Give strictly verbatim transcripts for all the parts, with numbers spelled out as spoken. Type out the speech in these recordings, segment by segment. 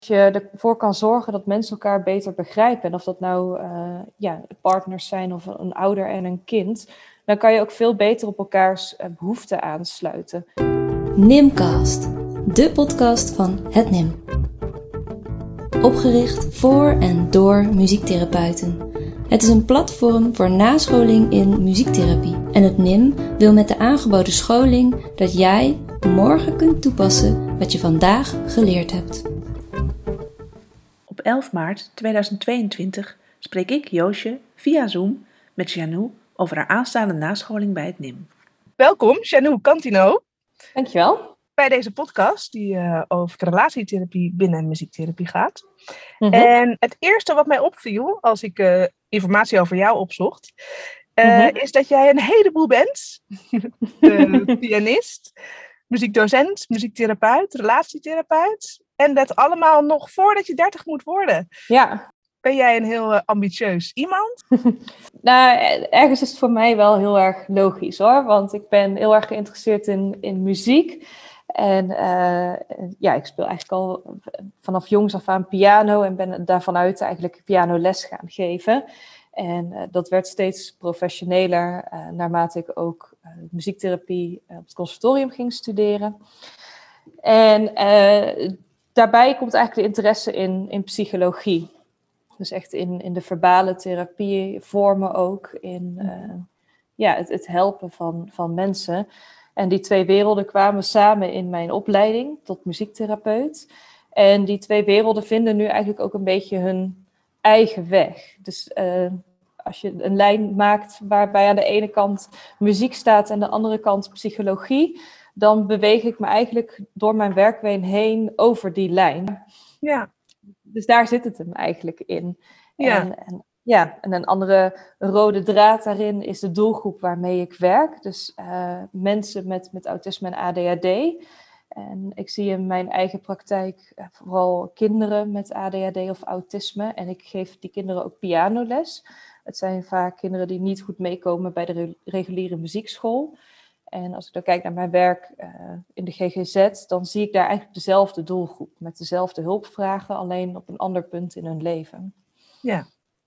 je ervoor kan zorgen dat mensen elkaar beter begrijpen. En of dat nou uh, ja, partners zijn of een ouder en een kind. Dan kan je ook veel beter op elkaars uh, behoeften aansluiten. Nimcast, de podcast van het N I M. Opgericht voor en door muziektherapeuten. Het is een platform voor nascholing in muziektherapie. En het N I M wil met de aangeboden scholing dat jij morgen kunt toepassen wat je vandaag geleerd hebt. Op elf maart tweeduizend tweeëntwintig spreek ik, Joosje, via Zoom met Janou over haar aanstaande nascholing bij het N I M. Welkom, Janou Cantino. Dankjewel. Bij deze podcast die uh, over relatietherapie binnen muziektherapie gaat. Mm-hmm. En het eerste wat mij opviel als ik uh, informatie over jou opzocht, uh, mm-hmm. is dat jij een heleboel bent. uh, pianist, muziekdocent, muziektherapeut, relatietherapeut. En dat allemaal nog voordat je dertig moet worden. Ja. Ben jij een heel uh, ambitieus iemand? Nou, ergens is het voor mij wel heel erg logisch hoor. Want ik ben heel erg geïnteresseerd in, in muziek. En uh, ja, ik speel eigenlijk al vanaf jongs af aan piano. En ben daarvan uit eigenlijk pianoles gaan geven. En uh, dat werd steeds professioneler uh, naarmate ik ook uh, muziektherapie uh, op het conservatorium ging studeren. En uh, daarbij komt eigenlijk de interesse in, in psychologie. Dus echt in, in de verbale therapie vormen ook. In uh, ja, het, het helpen van, van mensen. En die twee werelden kwamen samen in mijn opleiding tot muziektherapeut. En die twee werelden vinden nu eigenlijk ook een beetje hun eigen weg. Dus uh, als je een lijn maakt waarbij aan de ene kant muziek staat en aan de andere kant psychologie, dan beweeg ik me eigenlijk door mijn werkween heen over die lijn. Ja. Dus daar zit het hem eigenlijk in. Ja. En, en, ja, en een andere rode draad daarin is de doelgroep waarmee ik werk. Dus uh, mensen met, met autisme en A D H D. En ik zie in mijn eigen praktijk uh, vooral kinderen met A D H D of autisme. En ik geef die kinderen ook pianoles. Het zijn vaak kinderen die niet goed meekomen bij de re- reguliere muziekschool. En als ik dan kijk naar mijn werk uh, in de G G Z, dan zie ik daar eigenlijk dezelfde doelgroep. Met dezelfde hulpvragen, alleen op een ander punt in hun leven. Ja.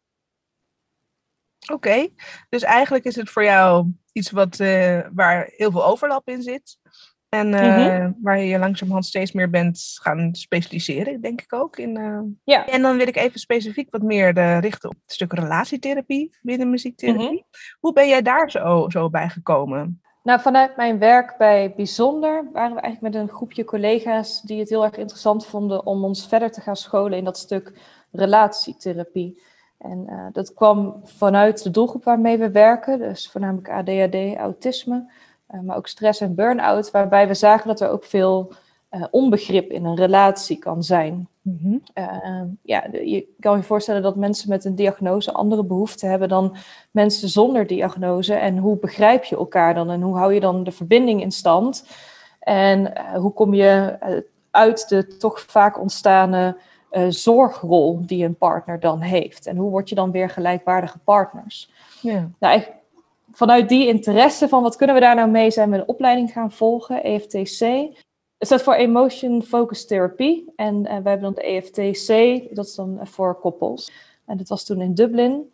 Oké, okay. Dus eigenlijk is het voor jou iets wat, uh, waar heel veel overlap in zit. En uh, mm-hmm. waar je langzamerhand steeds meer bent gaan specialiseren, denk ik ook. In, uh... ja. En dan wil ik even specifiek wat meer de richten op het stuk relatietherapie binnen muziektherapie. Mm-hmm. Hoe ben jij daar zo, zo bij gekomen? Nou, vanuit mijn werk bij Bijzonder waren we eigenlijk met een groepje collega's die het heel erg interessant vonden om ons verder te gaan scholen in dat stuk relatietherapie. En uh, dat kwam vanuit de doelgroep waarmee we werken, dus voornamelijk A D H D, autisme, uh, maar ook stress en burn-out, waarbij we zagen dat er ook veel uh, onbegrip in een relatie kan zijn. Mm-hmm. Uh, ja, je kan je voorstellen dat mensen met een diagnose andere behoeften hebben dan mensen zonder diagnose. En hoe begrijp je elkaar dan en hoe hou je dan de verbinding in stand? En uh, hoe kom je uh, uit de toch vaak ontstane uh, zorgrol die een partner dan heeft? En hoe word je dan weer gelijkwaardige partners? Ja. Nou, eigenlijk vanuit die interesse van wat kunnen we daar nou mee, zijn we een opleiding gaan volgen, E F T C. Het staat voor Emotion Focused Therapy. En uh, wij hebben dan de E F T C, dat is dan voor koppels. En dat was toen in Dublin.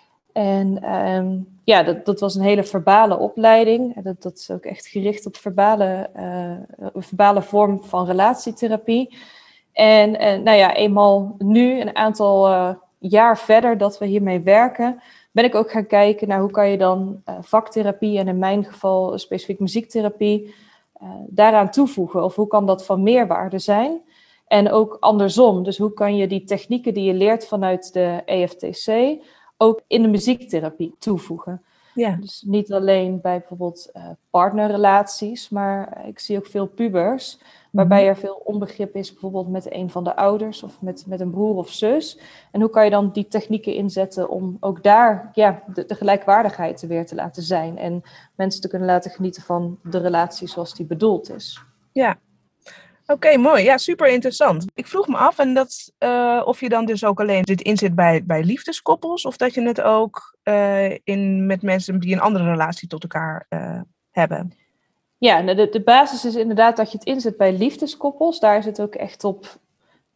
En um, ja, dat, dat was een hele verbale opleiding. En dat, dat is ook echt gericht op verbale, uh, een verbale vorm van relatietherapie. En uh, nou ja, eenmaal nu, een aantal uh, jaar verder dat we hiermee werken, ben ik ook gaan kijken naar hoe kan je dan uh, vaktherapie en in mijn geval specifiek muziektherapie Uh, daaraan toevoegen, of hoe kan dat van meerwaarde zijn? En ook andersom, dus hoe kan je die technieken die je leert vanuit de E F T C ook in de muziektherapie toevoegen? Ja. Dus niet alleen bij bijvoorbeeld uh, partnerrelaties, maar uh, ik zie ook veel pubers, waarbij mm-hmm. er veel onbegrip is bijvoorbeeld met een van de ouders of met, met een broer of zus. En hoe kan je dan die technieken inzetten om ook daar ja, de, de gelijkwaardigheid weer te laten zijn en mensen te kunnen laten genieten van de relatie zoals die bedoeld is. Ja. Oké, okay, mooi. Ja, super interessant. Ik vroeg me af en dat, uh, of je dan dus ook alleen dit inzet bij, bij liefdeskoppels, of dat je het ook uh, in, met mensen die een andere relatie tot elkaar uh, hebben. Ja, de, de basis is inderdaad dat je het inzet bij liefdeskoppels. Daar is het ook echt op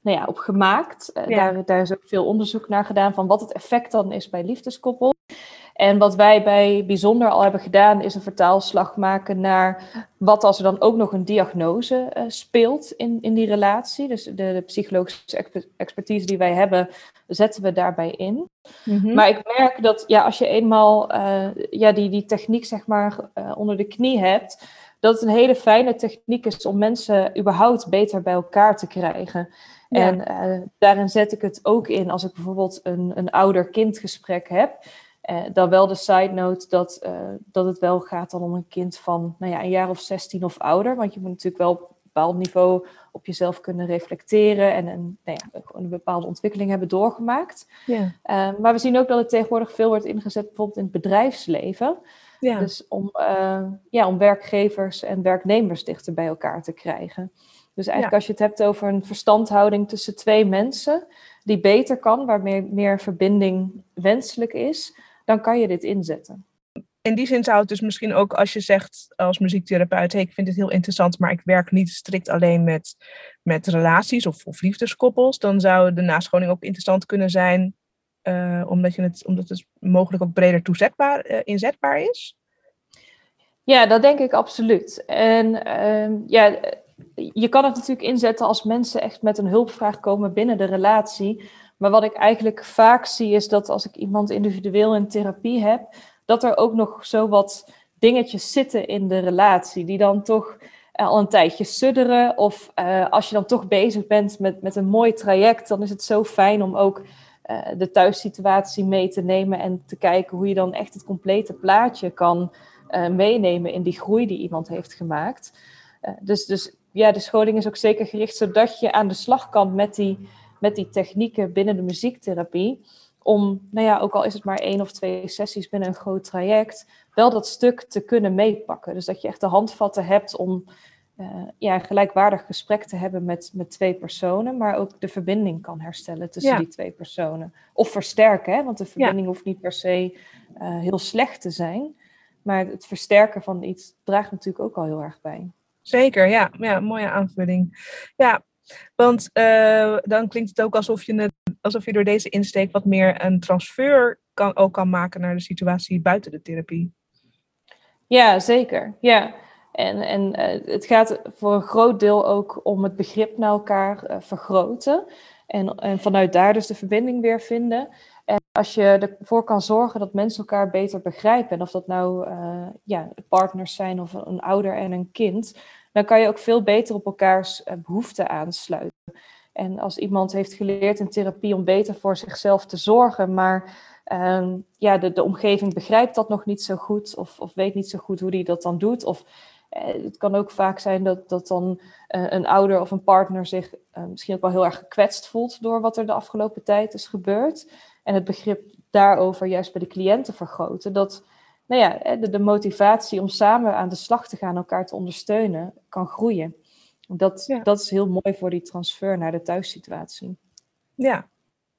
nou ja, op gemaakt. Uh, Ja. daar, daar is ook veel onderzoek naar gedaan van wat het effect dan is bij liefdeskoppels. En wat wij bij Bijzonder al hebben gedaan, is een vertaalslag maken naar wat als er dan ook nog een diagnose uh, speelt in, in die relatie. Dus de, de psychologische expertise die wij hebben, zetten we daarbij in. Mm-hmm. Maar ik merk dat ja, als je eenmaal uh, ja, die, die techniek zeg maar, uh, onder de knie hebt, dat het een hele fijne techniek is om mensen überhaupt beter bij elkaar te krijgen. Ja. En uh, daarin zet ik het ook in als ik bijvoorbeeld een, een ouder-kind gesprek heb. Uh, dan wel de side note dat, uh, dat het wel gaat dan om een kind van nou ja, een jaar of zestien of ouder. Want je moet natuurlijk wel op een bepaald niveau op jezelf kunnen reflecteren en, en nou ja, een bepaalde ontwikkeling hebben doorgemaakt. Ja. Uh, maar we zien ook dat het tegenwoordig veel wordt ingezet bijvoorbeeld in het bedrijfsleven. Ja. Dus om, uh, ja, om werkgevers en werknemers dichter bij elkaar te krijgen. Dus eigenlijk ja. als je het hebt over een verstandhouding tussen twee mensen die beter kan, waarmee meer verbinding wenselijk is, dan kan je dit inzetten. In die zin zou het dus misschien ook als je zegt als muziektherapeut, hey, ik vind het heel interessant, maar ik werk niet strikt alleen met, met relaties of, of liefdeskoppels, dan zou de nascholing ook interessant kunnen zijn, uh, omdat, je het, omdat het mogelijk ook breder toezetbaar, uh, inzetbaar is? Ja, dat denk ik absoluut. En uh, ja, je kan het natuurlijk inzetten als mensen echt met een hulpvraag komen binnen de relatie. Maar wat ik eigenlijk vaak zie is dat als ik iemand individueel in therapie heb, dat er ook nog zo wat dingetjes zitten in de relatie die dan toch uh, al een tijdje sudderen. Of uh, als je dan toch bezig bent met, met een mooi traject, dan is het zo fijn om ook uh, de thuissituatie mee te nemen en te kijken hoe je dan echt het complete plaatje kan uh, meenemen in die groei die iemand heeft gemaakt. Uh, dus, dus ja, de scholing is ook zeker gericht zodat je aan de slag kan met die, met die technieken binnen de muziektherapie. Om, nou ja, ook al is het maar één of twee sessies binnen een groot traject, wel dat stuk te kunnen meepakken. Dus dat je echt de handvatten hebt om uh, ja, een gelijkwaardig gesprek te hebben met, met twee personen, maar ook de verbinding kan herstellen tussen ja. die twee personen. Of versterken, hè? Want de verbinding ja. hoeft niet per se uh, heel slecht te zijn. Maar het versterken van iets draagt natuurlijk ook al heel erg bij. Zeker, ja. Ja, mooie aanvulling. Ja, want uh, dan klinkt het ook alsof je, het, alsof je door deze insteek wat meer een transfer kan, ook kan maken naar de situatie buiten de therapie. Ja, zeker. Ja. En, en uh, het gaat voor een groot deel ook om het begrip naar elkaar uh, vergroten. En, en vanuit daar dus de verbinding weer vinden. En als je ervoor kan zorgen dat mensen elkaar beter begrijpen, en of dat nou uh, ja, partners zijn of een ouder en een kind, dan kan je ook veel beter op elkaars uh, behoeften aansluiten. En als iemand heeft geleerd in therapie om beter voor zichzelf te zorgen, maar uh, ja, de, de omgeving begrijpt dat nog niet zo goed, of, of weet niet zo goed hoe die dat dan doet, of uh, het kan ook vaak zijn dat, dat dan uh, een ouder of een partner zich uh, misschien ook wel heel erg gekwetst voelt door wat er de afgelopen tijd is gebeurd. En het begrip daarover juist bij de cliënten vergroten. Dat nou ja, de, de motivatie om samen aan de slag te gaan, elkaar te ondersteunen, kan groeien. Dat, ja. dat is heel mooi voor die transfer naar de thuissituatie. Ja,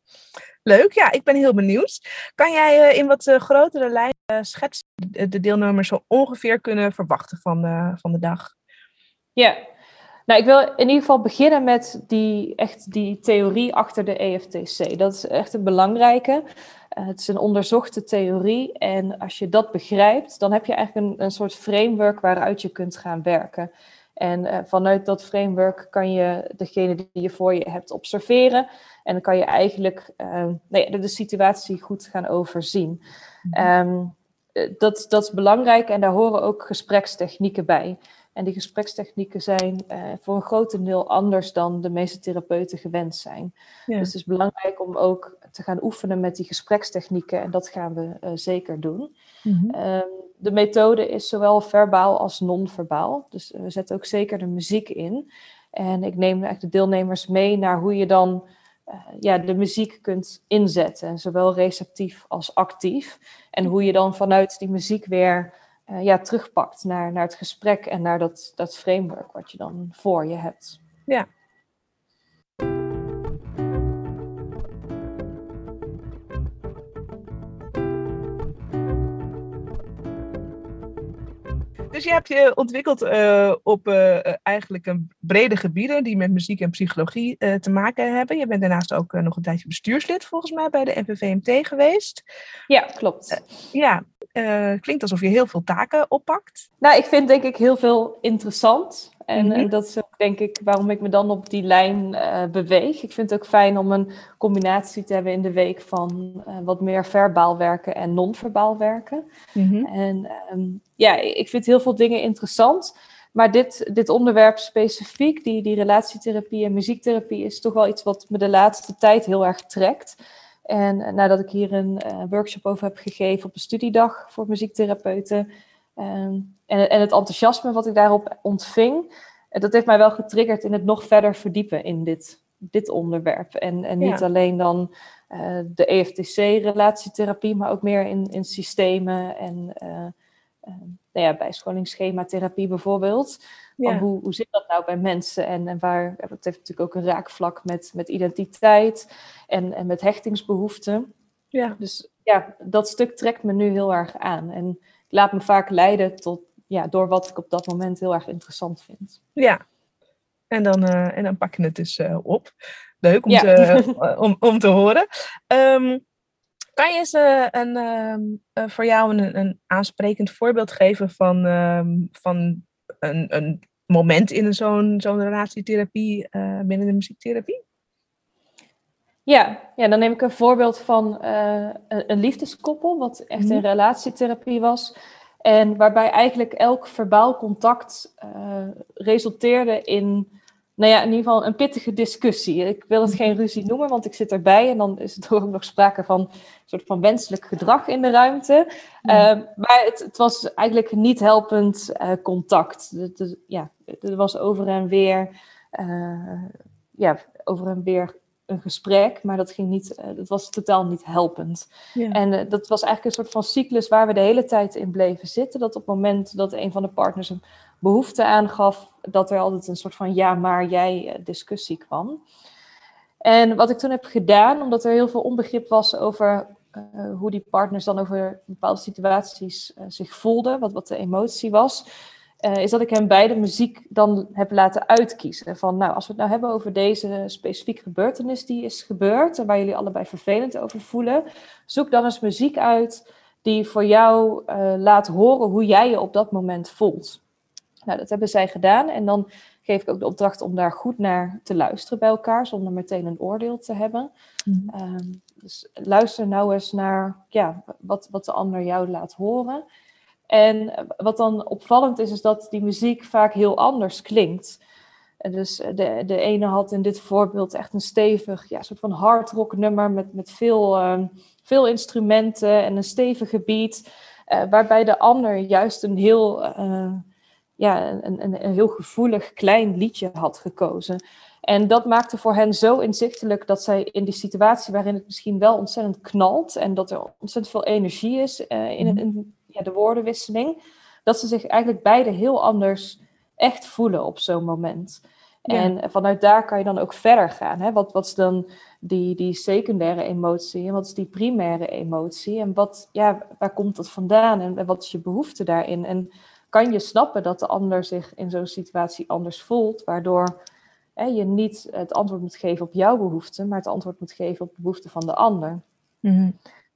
leuk. Ja, ik ben heel benieuwd. Kan jij uh, in wat uh, grotere lijnen uh, schetsen de, de deelnemers zo ongeveer kunnen verwachten van de, van de dag? Ja. Nou, ik wil in ieder geval beginnen met die, echt die theorie achter de E F T C. Dat is echt een belangrijke. Uh, het is een onderzochte theorie. En als je dat begrijpt, dan heb je eigenlijk een, een soort framework waaruit je kunt gaan werken. En uh, vanuit dat framework kan je degene die je voor je hebt observeren. En dan kan je eigenlijk uh, nee, de, de situatie goed gaan overzien. Mm-hmm. Um, dat, dat is belangrijk en daar horen ook gesprekstechnieken bij. En die gesprekstechnieken zijn uh, voor een groot deel anders dan de meeste therapeuten gewend zijn. Ja. Dus het is belangrijk om ook te gaan oefenen met die gesprekstechnieken. En dat gaan we uh, zeker doen. Mm-hmm. Um, de methode is zowel verbaal als non-verbaal. Dus we zetten ook zeker de muziek in. En ik neem eigenlijk de deelnemers mee naar hoe je dan uh, ja, de muziek kunt inzetten. Zowel receptief als actief. En hoe je dan vanuit die muziek weer Uh, ja, terugpakt naar, naar het gesprek en naar dat, dat framework wat je dan voor je hebt. Ja. dus je hebt je ontwikkeld uh, op uh, eigenlijk een brede gebieden die met muziek en psychologie uh, te maken hebben. Je bent daarnaast ook uh, nog een tijdje bestuurslid volgens mij bij de N V V M T geweest. Ja, klopt. Uh, ja, uh, klinkt alsof je heel veel taken oppakt. Nou, ik vind denk ik heel veel interessant. En Mm-hmm. uh, dat is ook denk ik waarom ik me dan op die lijn uh, beweeg. Ik vind het ook fijn om een combinatie te hebben in de week van uh, wat meer verbaal werken en non-verbaal werken. Mm-hmm. En um, ja, ik vind heel veel dingen interessant. Maar dit, dit onderwerp specifiek, die, die relatietherapie en muziektherapie, is toch wel iets wat me de laatste tijd heel erg trekt. En uh, nadat ik hier een uh, workshop over heb gegeven op een studiedag voor muziektherapeuten, Um, en, en het enthousiasme wat ik daarop ontving, dat heeft mij wel getriggerd in het nog verder verdiepen in dit, dit onderwerp. En, en niet Ja. alleen dan uh, de E F T C-relatietherapie, maar ook meer in, in systemen en uh, uh, nou ja, bijscholingsschematherapie bijvoorbeeld. Ja. Van hoe, hoe zit dat nou bij mensen? En, en waar, het heeft natuurlijk ook een raakvlak met, met identiteit en, en met hechtingsbehoeften. Ja. Dus ja, dat stuk trekt me nu heel erg aan. En ik laat me vaak leiden tot, ja, door wat ik op dat moment heel erg interessant vind. Ja, en dan, uh, en dan pak je het dus uh, op. Leuk om, ja. te, uh, om, om te horen. Um, kan je eens uh, een, uh, uh, voor jou een, een aansprekend voorbeeld geven van, uh, van een, een moment in zo'n, zo'n relatietherapie uh, binnen de muziektherapie? Ja, ja, dan neem ik een voorbeeld van uh, een, een liefdeskoppel, wat echt mm-hmm. een relatietherapie was. En waarbij eigenlijk elk verbaal contact uh, resulteerde in, nou ja, in ieder geval een pittige discussie. Ik wil het geen ruzie noemen, want ik zit erbij en dan is er ook nog sprake van een soort van wenselijk gedrag in de ruimte. Ja. Uh, maar het, het was eigenlijk niet helpend uh, contact. Het, het, ja, er was over en weer, uh, ja, over en weer een gesprek, maar dat ging niet, uh, dat was totaal niet helpend. Ja. En uh, dat was eigenlijk een soort van cyclus waar we de hele tijd in bleven zitten. Dat op het moment dat een van de partners een behoefte aangaf, dat er altijd een soort van ja, maar jij uh, discussie kwam. En wat ik toen heb gedaan, omdat er heel veel onbegrip was over uh, hoe die partners dan over bepaalde situaties uh, zich voelden, wat, wat de emotie was, Uh, is dat ik hem bij de muziek dan heb laten uitkiezen. Van, nou, als we het nou hebben over deze specifieke gebeurtenis die is gebeurd, en waar jullie allebei vervelend over voelen, zoek dan eens muziek uit die voor jou uh, laat horen hoe jij je op dat moment voelt. Nou, dat hebben zij gedaan. En dan geef ik ook de opdracht om daar goed naar te luisteren bij elkaar, zonder meteen een oordeel te hebben. Mm-hmm. Um, dus luister nou eens naar ja, wat, wat de ander jou laat horen. En wat dan opvallend is, is dat die muziek vaak heel anders klinkt. Dus de, de ene had in dit voorbeeld echt een stevig, ja, soort van hardrock nummer met, met veel, uh, veel instrumenten en een stevige beat. Uh, waarbij de ander juist een heel, uh, ja, een, een, een heel gevoelig klein liedje had gekozen. En dat maakte voor hen zo inzichtelijk dat zij in die situatie waarin het misschien wel ontzettend knalt en dat er ontzettend veel energie is uh, in, in ja, de woordenwisseling, dat ze zich eigenlijk beide heel anders echt voelen op zo'n moment. Ja. En vanuit daar kan je dan ook verder gaan. Hè? Wat, wat is dan die, die secundaire emotie en wat is die primaire emotie? En wat, ja, waar komt dat vandaan en wat is je behoefte daarin? En kan je snappen dat de ander zich in zo'n situatie anders voelt, waardoor hè, je niet het antwoord moet geven op jouw behoefte, maar het antwoord moet geven op de behoefte van de ander. Mm-hmm.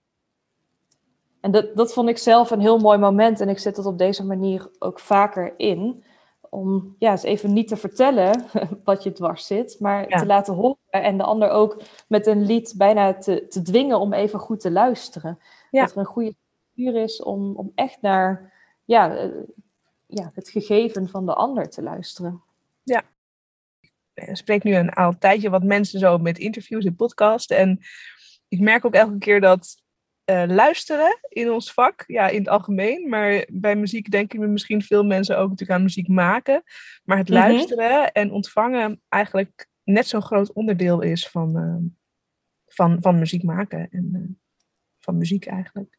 En dat, dat vond ik zelf een heel mooi moment. En ik zet dat op deze manier ook vaker in. Om ja, eens even niet te vertellen wat je dwars zit. Maar ja. te laten horen. En de ander ook met een lied bijna te, te dwingen om even goed te luisteren. Ja. Dat er een goede structuur is om, om echt naar ja, uh, ja, het gegeven van de ander te luisteren. Ja. Ik spreek nu een al tijdje wat mensen zo met interviews en podcasts. En ik merk ook elke keer dat Uh, luisteren in ons vak, ja, in het algemeen, maar bij muziek denken we misschien veel mensen ook natuurlijk aan muziek maken, maar het mm-hmm. luisteren en ontvangen eigenlijk net zo'n groot onderdeel is van, uh, van, van muziek maken en uh, van muziek eigenlijk.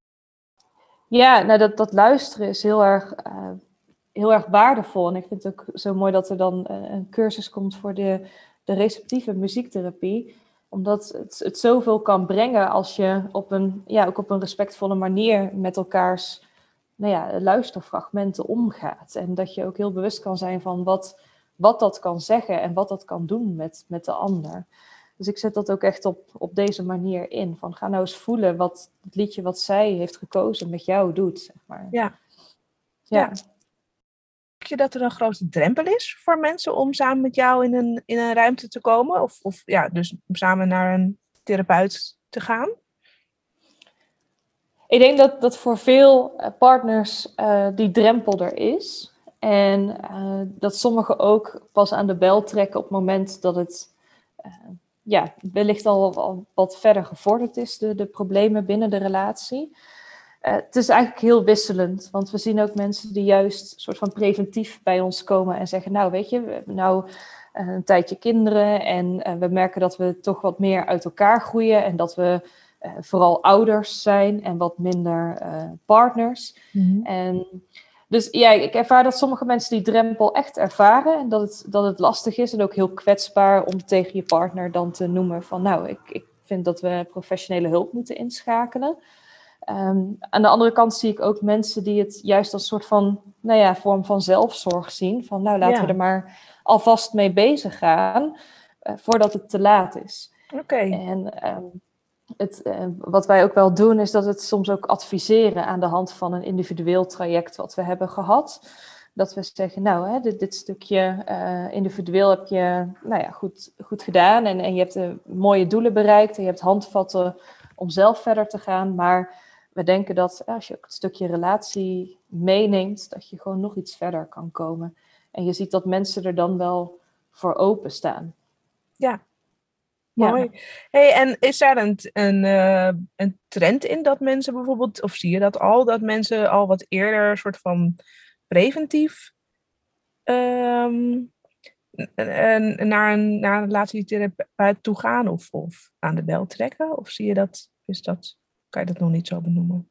Ja, nou dat, dat luisteren is heel erg, uh, heel erg waardevol en ik vind het ook zo mooi dat er dan uh, een cursus komt voor de, de receptieve muziektherapie, omdat het, het zoveel kan brengen als je op een, ja, ook op een respectvolle manier met elkaars nou ja, luisterfragmenten omgaat. En dat je ook heel bewust kan zijn van wat, wat dat kan zeggen en wat dat kan doen met, met de ander. Dus ik zet dat ook echt op, op deze manier in. Van ga nou eens voelen wat het liedje wat zij heeft gekozen met jou doet, zeg maar. Ja. Ja. Ja. Denk je dat er een grote drempel is voor mensen om samen met jou in een, in een ruimte te komen? Of, of ja, dus om samen naar een therapeut te gaan? Ik denk dat, dat voor veel partners uh, die drempel er is. En uh, dat sommigen ook pas aan de bel trekken op het moment dat het uh, ja, wellicht al, al wat verder gevorderd is, de, de problemen binnen de relatie. Uh, het is eigenlijk heel wisselend, want we zien ook mensen die juist soort van preventief bij ons komen en zeggen, nou weet je, we hebben nou uh, een tijdje kinderen en uh, we merken dat we toch wat meer uit elkaar groeien en dat we uh, vooral ouders zijn en wat minder uh, partners. Mm-hmm. En dus ja, ik ervaar dat sommige mensen die drempel echt ervaren en dat het, dat het lastig is en ook heel kwetsbaar om tegen je partner dan te noemen van, nou, ik, ik vind dat we professionele hulp moeten inschakelen. Um, aan de andere kant zie ik ook mensen die het juist als een soort van, nou ja, vorm van zelfzorg zien. Van nou, laten ja. we er maar alvast mee bezig gaan, uh, voordat het te laat is. Oké. Okay. En um, het, uh, wat wij ook wel doen, is dat we het soms ook adviseren aan de hand van een individueel traject wat we hebben gehad. Dat we zeggen, nou, hè, dit, dit stukje uh, individueel heb je nou ja, goed, goed gedaan. En, en je hebt uh, mooie doelen bereikt en je hebt handvatten om zelf verder te gaan. Maar we denken dat als je ook het stukje relatie meeneemt, dat je gewoon nog iets verder kan komen. En je ziet dat mensen er dan wel voor openstaan. Ja, mooi. Ja. Hey, en is daar een, een, uh, een trend in dat mensen bijvoorbeeld, of zie je dat al, dat mensen al wat eerder een soort van preventief um, naar een, naar een relatietherapeut toe gaan of, of aan de bel trekken? Of zie je dat, is dat, kan je dat nog niet zo benoemen?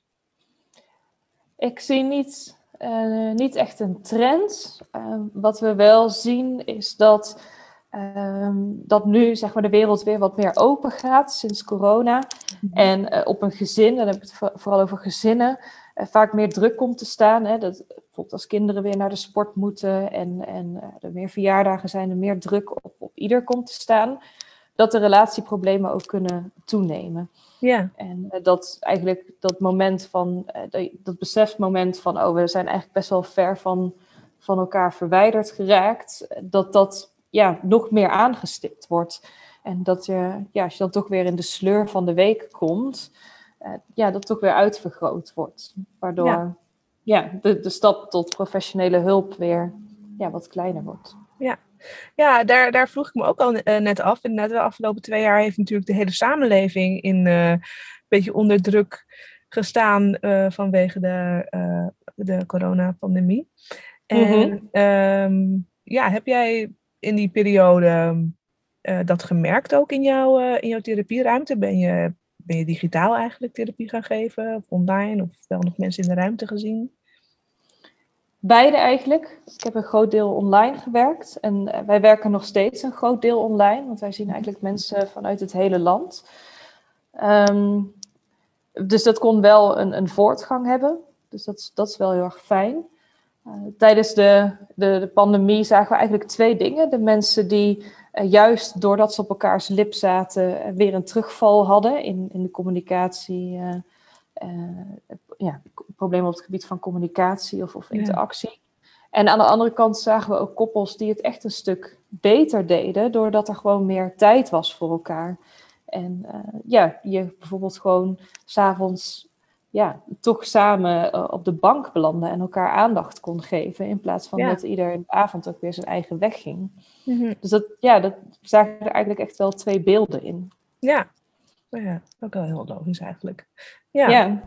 Ik zie niet, uh, niet echt een trend. Uh, wat we wel zien is dat, uh, dat nu zeg maar, de wereld weer wat meer open gaat sinds corona. Mm-hmm. En uh, op een gezin, dan heb ik het voor, vooral over gezinnen, uh, vaak meer druk komt te staan. Hè? Dat, bijvoorbeeld als kinderen weer naar de sport moeten en, en uh, er meer verjaardagen zijn, er meer druk op, op ieder komt te staan. Dat de relatieproblemen ook kunnen toenemen. Ja. En uh, dat eigenlijk dat moment van, uh, dat, dat besefmoment van, oh, we zijn eigenlijk best wel ver van, van elkaar verwijderd geraakt, dat dat ja, nog meer aangestipt wordt. En dat je, ja, als je dan toch weer in de sleur van de week komt, uh, ja, dat toch weer uitvergroot wordt. Waardoor ja. Ja, de, de stap tot professionele hulp weer ja, wat kleiner wordt. Ja. Ja, daar, daar vroeg ik me ook al uh, net af. Inderdaad, de afgelopen twee jaar heeft natuurlijk de hele samenleving in uh, een beetje onder druk gestaan uh, vanwege de, uh, de coronapandemie. En mm-hmm. um, ja, heb jij in die periode uh, dat gemerkt ook in, jou, uh, in jouw therapieruimte? Ben je, ben je digitaal eigenlijk therapie gaan geven? Of online? Of wel nog mensen in de ruimte gezien? Beide eigenlijk. Ik heb een groot deel online gewerkt. En uh, wij werken nog steeds een groot deel online. Want wij zien eigenlijk mensen vanuit het hele land. Um, dus dat kon wel een, een voortgang hebben. Dus dat, dat is wel heel erg fijn. Uh, tijdens de, de, de pandemie zagen we eigenlijk twee dingen. De mensen die uh, juist doordat ze op elkaars lip zaten uh, weer een terugval hadden in, in de communicatie. Uh, uh, ja, problemen op het gebied van communicatie of, of interactie. Ja. En aan de andere kant zagen we ook koppels die het echt een stuk beter deden, doordat er gewoon meer tijd was voor elkaar. En uh, ja, je bijvoorbeeld gewoon 's avonds ja, toch samen uh, op de bank belandde en elkaar aandacht kon geven, in plaats van ja. dat ieder in de avond ook weer zijn eigen weg ging. Mm-hmm. Dus dat, ja, dat zagen er eigenlijk echt wel twee beelden in. Ja, ja, ook wel heel logisch eigenlijk. Ja. ja.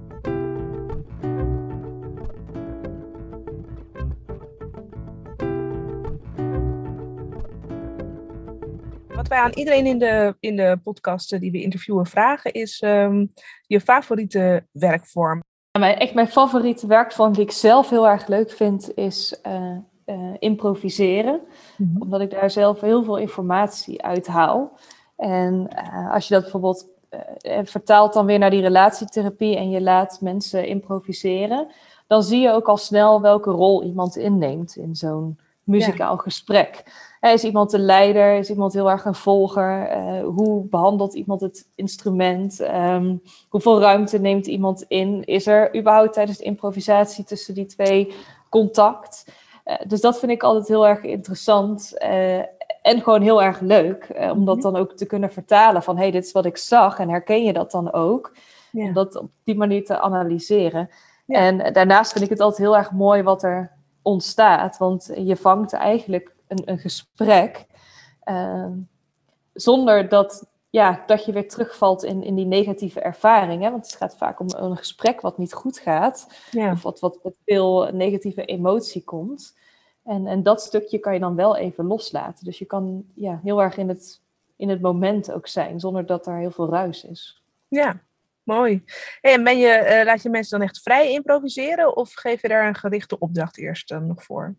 Wat wij aan iedereen in de, in de podcasten die we interviewen vragen is um, je favoriete werkvorm. Mijn, echt mijn favoriete werkvorm die ik zelf heel erg leuk vind is uh, uh, improviseren. Mm-hmm. Omdat ik daar zelf heel veel informatie uit haal. En uh, als je dat bijvoorbeeld uh, vertaalt dan weer naar die relatietherapie en je laat mensen improviseren, dan zie je ook al snel welke rol iemand inneemt in zo'n muzikaal ja. gesprek. Uh, is iemand de leider? Is iemand heel erg een volger? Uh, hoe behandelt iemand het instrument? Um, hoeveel ruimte neemt iemand in? Is er überhaupt tijdens de improvisatie tussen die twee contact? Uh, dus dat vind ik altijd heel erg interessant. Uh, en gewoon heel erg leuk. Uh, om mm-hmm. dat dan ook te kunnen vertalen. Van, hey, dit is wat ik zag. En herken je dat dan ook? Ja. Om dat op die manier te analyseren. Ja. En daarnaast vind ik het altijd heel erg mooi wat er ontstaat. Want je vangt eigenlijk een, een gesprek. Uh, zonder dat, ja, dat je weer terugvalt in, in die negatieve ervaring. Hè? Want het gaat vaak om een gesprek wat niet goed gaat. Ja. Of wat, wat met veel negatieve emotie komt. En, en dat stukje kan je dan wel even loslaten. Dus je kan ja, heel erg in het, in het moment ook zijn. Zonder dat er heel veel ruis is. Ja, mooi. Hey, en ben je, uh, laat je mensen dan echt vrij improviseren? Of geef je daar een gerichte opdracht eerst uh, nog voor?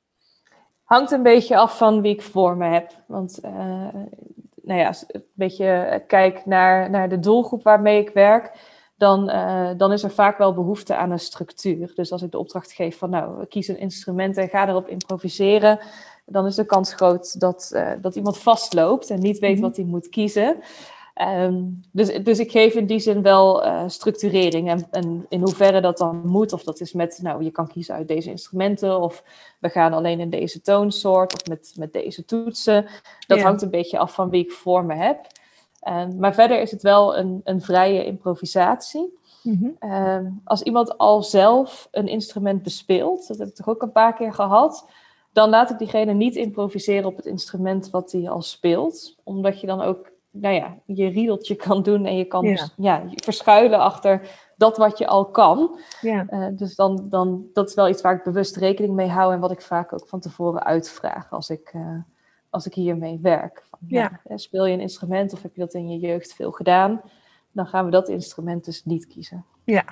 Hangt een beetje af van wie ik voor me heb. Want uh, nou ja, als ik een beetje kijk naar, naar de doelgroep waarmee ik werk, dan, uh, dan is er vaak wel behoefte aan een structuur. Dus als ik de opdracht geef van nou, kies een instrument en ga erop improviseren, dan is de kans groot dat, uh, dat iemand vastloopt en niet weet mm-hmm. wat hij moet kiezen. Um, dus, dus ik geef in die zin wel uh, structurering en, en in hoeverre dat dan moet, of dat is met, nou, je kan kiezen uit deze instrumenten, of we gaan alleen in deze toonsoort, of met, met deze toetsen. Dat ja. hangt een beetje af van wie ik voor me heb. Um, maar verder is het wel een, een vrije improvisatie. Mm-hmm. Um, als iemand al zelf een instrument bespeelt, dat heb ik toch ook een paar keer gehad, dan laat ik diegene niet improviseren op het instrument wat hij al speelt, omdat je dan ook nou ja, je riedeltje kan doen en je kan ja. Ja, verschuilen achter dat wat je al kan. Ja. Uh, dus dan, dan, dat is wel iets waar ik bewust rekening mee hou en wat ik vaak ook van tevoren uitvraag als ik, uh, als ik hiermee werk. Van, ja. Ja, speel je een instrument of heb je dat in je jeugd veel gedaan? Dan gaan we dat instrument dus niet kiezen. Ja,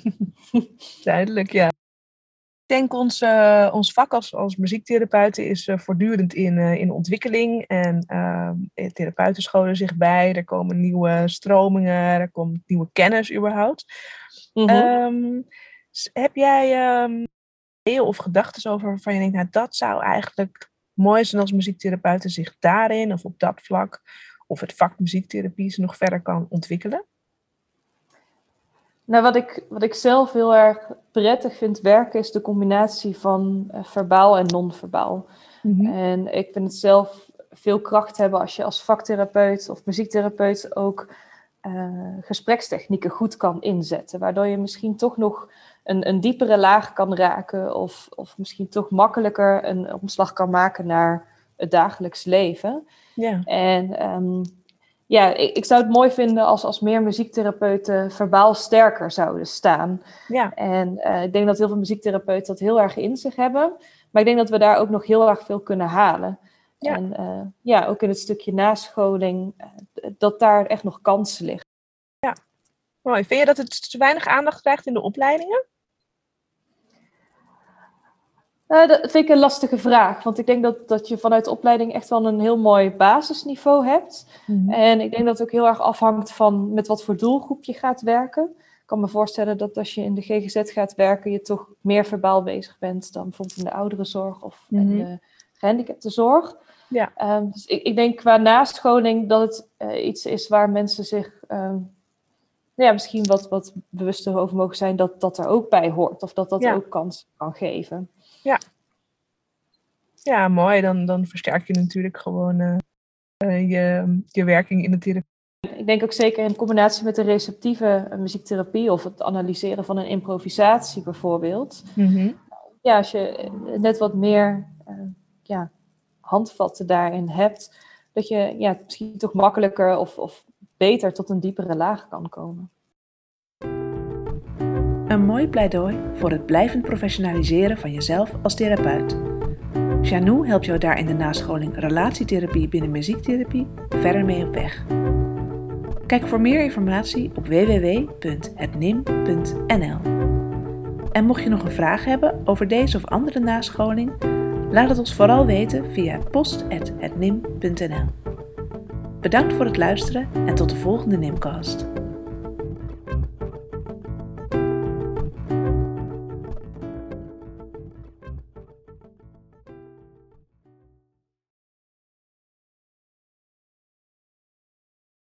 duidelijk, ja. Ik denk ons, uh, ons vak als, als muziektherapeuten is uh, voortdurend in, uh, in ontwikkeling. En uh, therapeutenscholen zich bij. Er komen nieuwe stromingen. Er komt nieuwe kennis überhaupt. Mm-hmm. Um, heb jij um, ideeën of gedachten over waarvan je denkt, nou, dat zou eigenlijk mooi zijn als muziektherapeuten zich daarin of op dat vlak of het vak muziektherapie nog verder kan ontwikkelen? Nou, wat ik, wat ik zelf heel erg prettig vind werken is de combinatie van uh, verbaal en non-verbaal. Mm-hmm. En ik vind het zelf veel kracht hebben als je als vaktherapeut of muziektherapeut ook uh, gesprekstechnieken goed kan inzetten. Waardoor je misschien toch nog een, een diepere laag kan raken of, of misschien toch makkelijker een omslag kan maken naar het dagelijks leven. Yeah. En um, ja, ik, ik zou het mooi vinden als, als meer muziektherapeuten verbaal sterker zouden staan. Ja. En uh, ik denk dat heel veel muziektherapeuten dat heel erg in zich hebben. Maar ik denk dat we daar ook nog heel erg veel kunnen halen. Ja. En uh, ja, ook in het stukje nascholing, uh, dat daar echt nog kansen liggen. Ja, mooi. Vind je dat het te weinig aandacht krijgt in de opleidingen? Uh, dat vind ik een lastige vraag. Want ik denk dat, dat je vanuit de opleiding echt wel een heel mooi basisniveau hebt. Mm-hmm. En ik denk dat het ook heel erg afhangt van met wat voor doelgroep je gaat werken. Ik kan me voorstellen dat als je in de G G Z gaat werken, je toch meer verbaal bezig bent dan bijvoorbeeld in de ouderenzorg of mm-hmm. in de gehandicaptenzorg. Ja. Um, dus ik, ik denk qua nascholing dat het uh, iets is waar mensen zich um, ja, misschien wat, wat bewuster over mogen zijn dat dat er ook bij hoort. Of dat dat ja. ook kans kan geven. Ja, ja mooi. Dan, dan versterk je natuurlijk gewoon uh, uh, je, je werking in de therapie. Ik denk ook zeker in combinatie met de receptieve uh, muziektherapie of het analyseren van een improvisatie bijvoorbeeld. Mm-hmm. Ja, als je net wat meer uh, ja, handvatten daarin hebt, dat je ja, misschien toch makkelijker of, of beter tot een diepere laag kan komen. Een mooi pleidooi voor het blijvend professionaliseren van jezelf als therapeut. Janou helpt jou daar in de nascholing relatietherapie binnen muziektherapie verder mee op weg. Kijk voor meer informatie op w w w punt het n i m punt n l. En mocht je nog een vraag hebben over deze of andere nascholing, laat het ons vooral weten via post at het n i m punt n l. Bedankt voor het luisteren en tot de volgende Nimcast.